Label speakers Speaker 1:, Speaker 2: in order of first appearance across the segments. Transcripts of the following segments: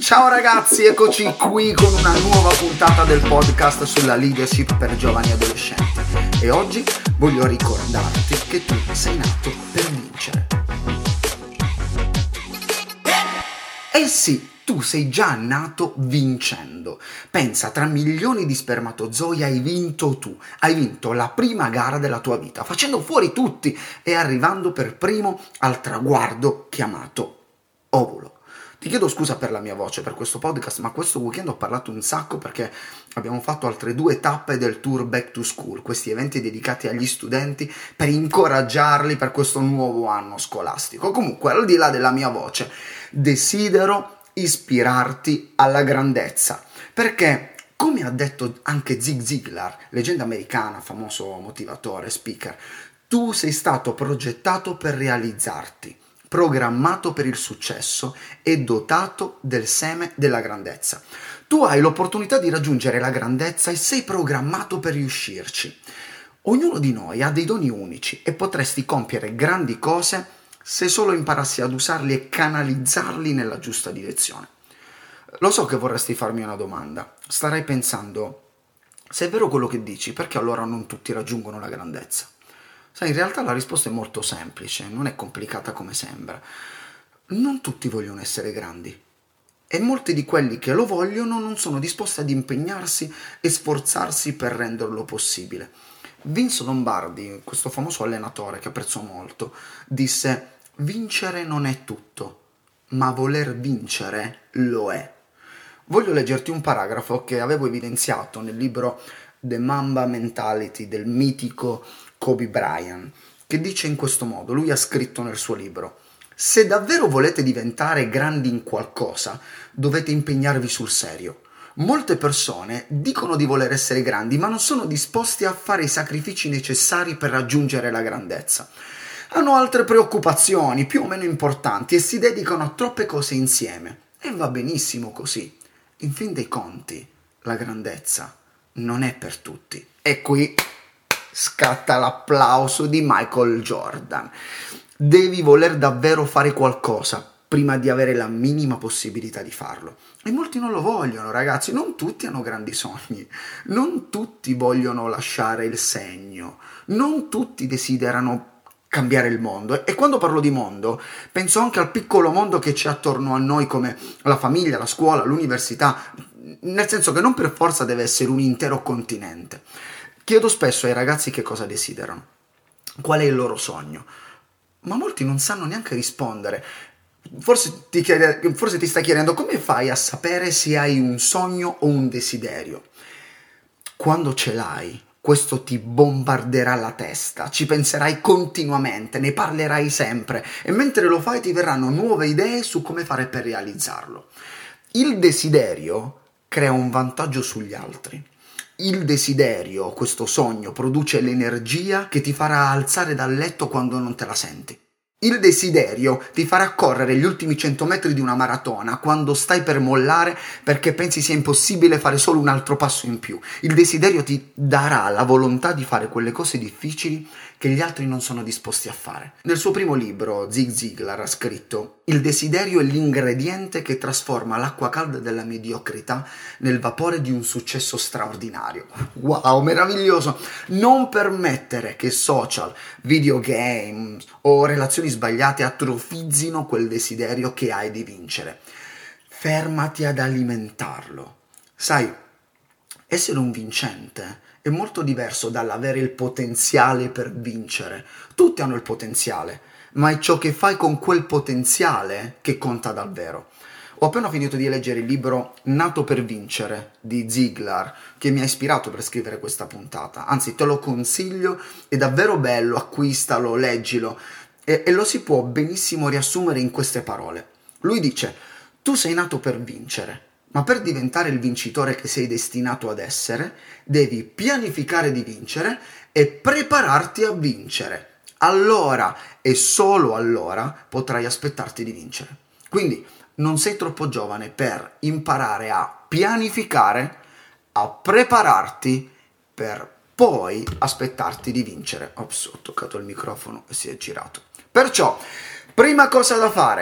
Speaker 1: Ciao ragazzi, eccoci qui con una nuova puntata del podcast sulla leadership per giovani adolescenti. E oggi voglio ricordarti che tu sei nato per vincere. Eh sì, tu sei già nato vincendo. Pensa, tra milioni di spermatozoi hai vinto tu. Hai vinto la prima gara della tua vita, facendo fuori tutti e arrivando per primo al traguardo chiamato ovulo. Ti chiedo scusa per la mia voce, per questo podcast, ma questo weekend ho parlato un sacco perché abbiamo fatto altre 2 tappe del tour Back to School, questi eventi dedicati agli studenti per incoraggiarli per questo nuovo anno scolastico. Comunque, al di là della mia voce, desidero ispirarti alla grandezza, perché come ha detto anche Zig Ziglar, leggenda americana, famoso motivatore, speaker, tu sei stato progettato per realizzarti, programmato per il successo e dotato del seme della grandezza. Tu hai l'opportunità di raggiungere la grandezza e sei programmato per riuscirci. Ognuno di noi ha dei doni unici e potresti compiere grandi cose se solo imparassi ad usarli e canalizzarli nella giusta direzione. Lo so che vorresti farmi una domanda. Starai pensando, se è vero quello che dici, perché allora non tutti raggiungono la grandezza? Sai, in realtà la risposta è molto semplice, non è complicata come sembra. Non tutti vogliono essere grandi e molti di quelli che lo vogliono non sono disposti ad impegnarsi e sforzarsi per renderlo possibile. Vince Lombardi, questo famoso allenatore che apprezzo molto, disse: vincere non è tutto, ma voler vincere lo è. Voglio leggerti un paragrafo che avevo evidenziato nel libro The Mamba Mentality del mitico Kobe Bryant, che dice in questo modo, lui ha scritto nel suo libro: se davvero volete diventare grandi in qualcosa, dovete impegnarvi sul serio. Molte persone dicono di voler essere grandi, ma non sono disposti a fare i sacrifici necessari per raggiungere la grandezza. Hanno altre preoccupazioni, più o meno importanti, e si dedicano a troppe cose insieme. E va benissimo così. In fin dei conti, la grandezza non è per tutti. E qui scatta l'applauso di Michael Jordan. Devi voler davvero fare qualcosa prima di avere la minima possibilità di farlo. E molti non lo vogliono, ragazzi. Non tutti hanno grandi sogni. Non tutti vogliono lasciare il segno. Non tutti desiderano cambiare il mondo. E quando parlo di mondo, penso anche al piccolo mondo che c'è attorno a noi, come la famiglia, la scuola, l'università, nel senso che non per forza deve essere un intero continente. Chiedo spesso ai ragazzi che cosa desiderano, qual è il loro sogno, ma molti non sanno neanche rispondere. Forse ti stai chiedendo come fai a sapere se hai un sogno o un desiderio. Quando ce l'hai, questo ti bombarderà la testa, ci penserai continuamente, ne parlerai sempre e mentre lo fai ti verranno nuove idee su come fare per realizzarlo. Il desiderio crea un vantaggio sugli altri. Il desiderio, questo sogno, produce l'energia che ti farà alzare dal letto quando non te la senti. Il desiderio ti farà correre gli ultimi 100 metri di una maratona quando stai per mollare perché pensi sia impossibile fare solo un altro passo in più. Il desiderio ti darà la volontà di fare quelle cose difficili che gli altri non sono disposti a fare. Nel suo primo libro, Zig Ziglar ha scritto: il desiderio è l'ingrediente che trasforma l'acqua calda della mediocrità nel vapore di un successo straordinario. Wow, meraviglioso! Non permettere che social, videogame o relazioni sbagliate atrofizzino quel desiderio che hai di vincere. Fermati ad alimentarlo. Sai, essere un vincente è molto diverso dall'avere il potenziale per vincere. Tutti hanno il potenziale, ma è ciò che fai con quel potenziale che conta davvero. Ho appena finito di leggere il libro Nato per vincere di Ziglar, che mi ha ispirato per scrivere questa puntata. Anzi, te lo consiglio, è davvero bello, acquistalo, leggilo. E lo si può benissimo riassumere in queste parole. Lui dice: tu sei nato per vincere, ma per diventare il vincitore che sei destinato ad essere, devi pianificare di vincere e prepararti a vincere. Allora e solo allora potrai aspettarti di vincere. Quindi non sei troppo giovane per imparare a pianificare, a prepararti per poi aspettarti di vincere. Ops, ho toccato il microfono e si è girato. Perciò, prima cosa da fare: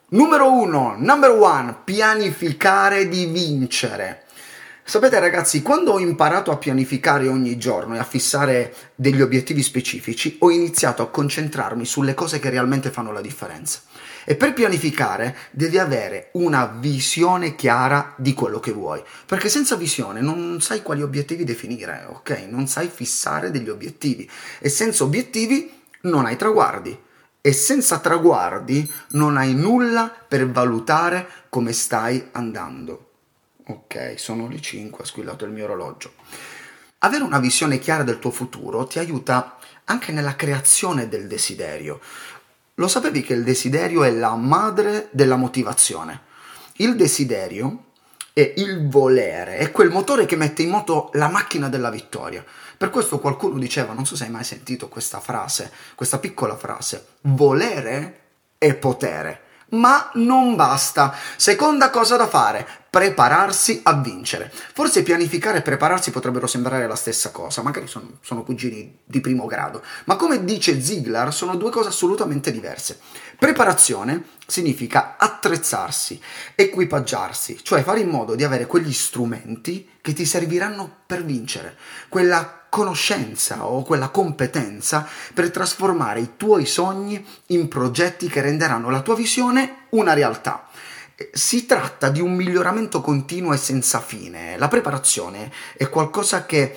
Speaker 1: Numero 1, number one, pianificare di vincere. Sapete ragazzi, quando ho imparato a pianificare ogni giorno e a fissare degli obiettivi specifici, ho iniziato a concentrarmi sulle cose che realmente fanno la differenza. E per pianificare devi avere una visione chiara di quello che vuoi, perché senza visione non sai quali obiettivi definire, ok? Non sai fissare degli obiettivi e senza obiettivi non hai traguardi. E senza traguardi non hai nulla per valutare come stai andando. Ok, sono le 5, ha squillato il mio orologio. Avere una visione chiara del tuo futuro ti aiuta anche nella creazione del desiderio. Lo sapevi che il desiderio è la madre della motivazione? Il desiderio è il volere, è quel motore che mette in moto la macchina della vittoria. Per questo qualcuno diceva, non so se hai mai sentito questa frase, questa piccola frase, volere è potere. Ma non basta. Seconda cosa da fare, prepararsi a vincere. Forse pianificare e prepararsi potrebbero sembrare la stessa cosa, magari sono cugini di primo grado, ma come dice Ziglar sono due cose assolutamente diverse. Preparazione significa attrezzarsi, equipaggiarsi, cioè fare in modo di avere quegli strumenti che ti serviranno per vincere, quella conoscenza o quella competenza per trasformare i tuoi sogni in progetti che renderanno la tua visione una realtà. Si tratta di un miglioramento continuo e senza fine. La preparazione è qualcosa che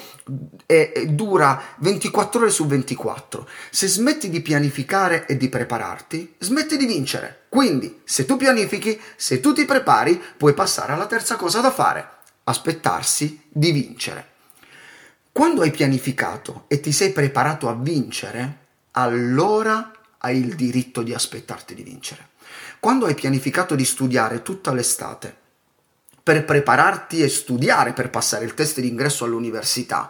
Speaker 1: dura 24 ore su 24. Se smetti di pianificare e di prepararti, smetti di vincere. Quindi, se tu pianifichi, se tu ti prepari, puoi passare alla terza cosa da fare: aspettarsi di vincere. Quando hai pianificato e ti sei preparato a vincere, allora hai il diritto di aspettarti di vincere. Quando hai pianificato di studiare tutta l'estate per prepararti e studiare per passare il test d'ingresso all'università,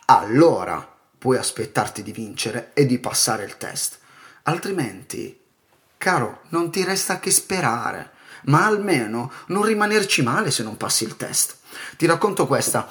Speaker 1: allora puoi aspettarti di vincere e di passare il test. Altrimenti, caro, non ti resta che sperare, ma almeno non rimanerci male se non passi il test. Ti racconto questa.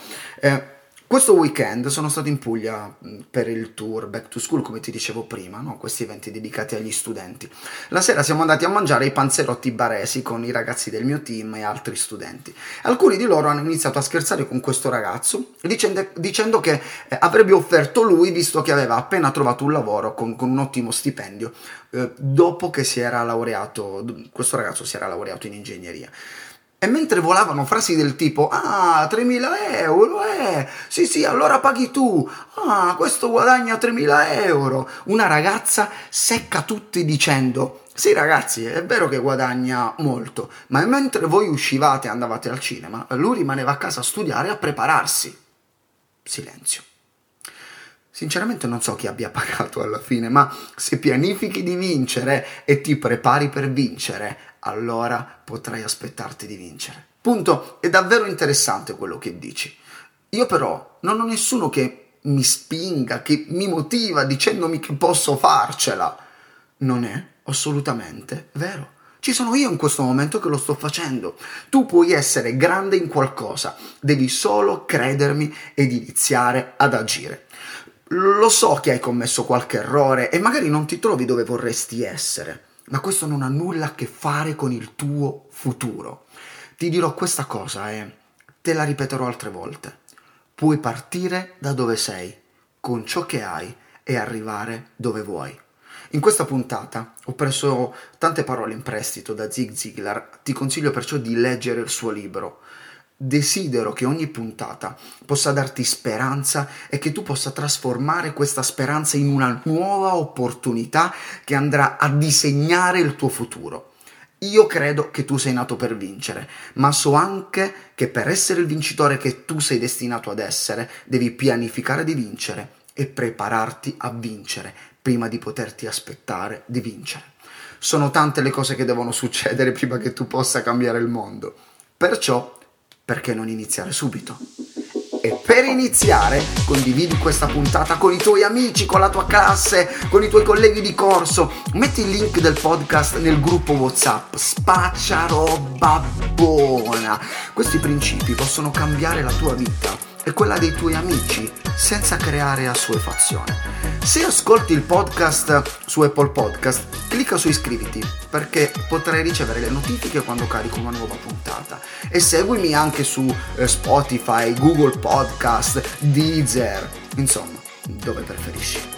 Speaker 1: Questo weekend sono stato in Puglia per il tour Back to School, come ti dicevo prima, no? Questi eventi dedicati agli studenti. La sera siamo andati a mangiare i panzerotti baresi con i ragazzi del mio team e altri studenti. Alcuni di loro hanno iniziato a scherzare con questo ragazzo dicendo che avrebbe offerto lui, visto che aveva appena trovato un lavoro con un ottimo stipendio, dopo che si era laureato. Questo ragazzo si era laureato in ingegneria. E mentre volavano frasi del tipo: ah, 3.000 euro, sì, allora paghi tu, ah, questo guadagna 3.000 euro. Una ragazza secca tutti dicendo: sì ragazzi, è vero che guadagna molto, ma mentre voi uscivate e andavate al cinema, lui rimaneva a casa a studiare e a prepararsi. Silenzio. Sinceramente non so chi abbia pagato alla fine, ma se pianifichi di vincere e ti prepari per vincere, allora potrai aspettarti di vincere. Punto. È davvero interessante quello che dici. Io però non ho nessuno che mi spinga, che mi motiva dicendomi che posso farcela. Non è assolutamente vero. Ci sono io in questo momento che lo sto facendo. Tu puoi essere grande in qualcosa, devi solo credermi ed iniziare ad agire. Lo so che hai commesso qualche errore e magari non ti trovi dove vorresti essere, ma questo non ha nulla a che fare con il tuo futuro. Ti dirò questa cosa e te la ripeterò altre volte. Puoi partire da dove sei, con ciò che hai, e arrivare dove vuoi. In questa puntata ho preso tante parole in prestito da Zig Ziglar, ti consiglio perciò di leggere il suo libro. Desidero che ogni puntata possa darti speranza e che tu possa trasformare questa speranza in una nuova opportunità che andrà a disegnare il tuo futuro. Io credo che tu sei nato per vincere, ma so anche che per essere il vincitore che tu sei destinato ad essere, devi pianificare di vincere e prepararti a vincere prima di poterti aspettare di vincere. Sono tante le cose che devono succedere prima che tu possa cambiare il mondo. Perciò, perché non iniziare subito? E per iniziare, condividi questa puntata con i tuoi amici, con la tua classe, con i tuoi colleghi di corso. Metti il link del podcast nel gruppo WhatsApp. Spaccia roba buona. Questi principi possono cambiare la tua vita e quella dei tuoi amici senza creare assuefazione. Se ascolti il podcast su Apple Podcast, clicca su iscriviti perché potrai ricevere le notifiche quando carico una nuova puntata, e seguimi anche su Spotify, Google Podcast, Deezer, insomma, dove preferisci.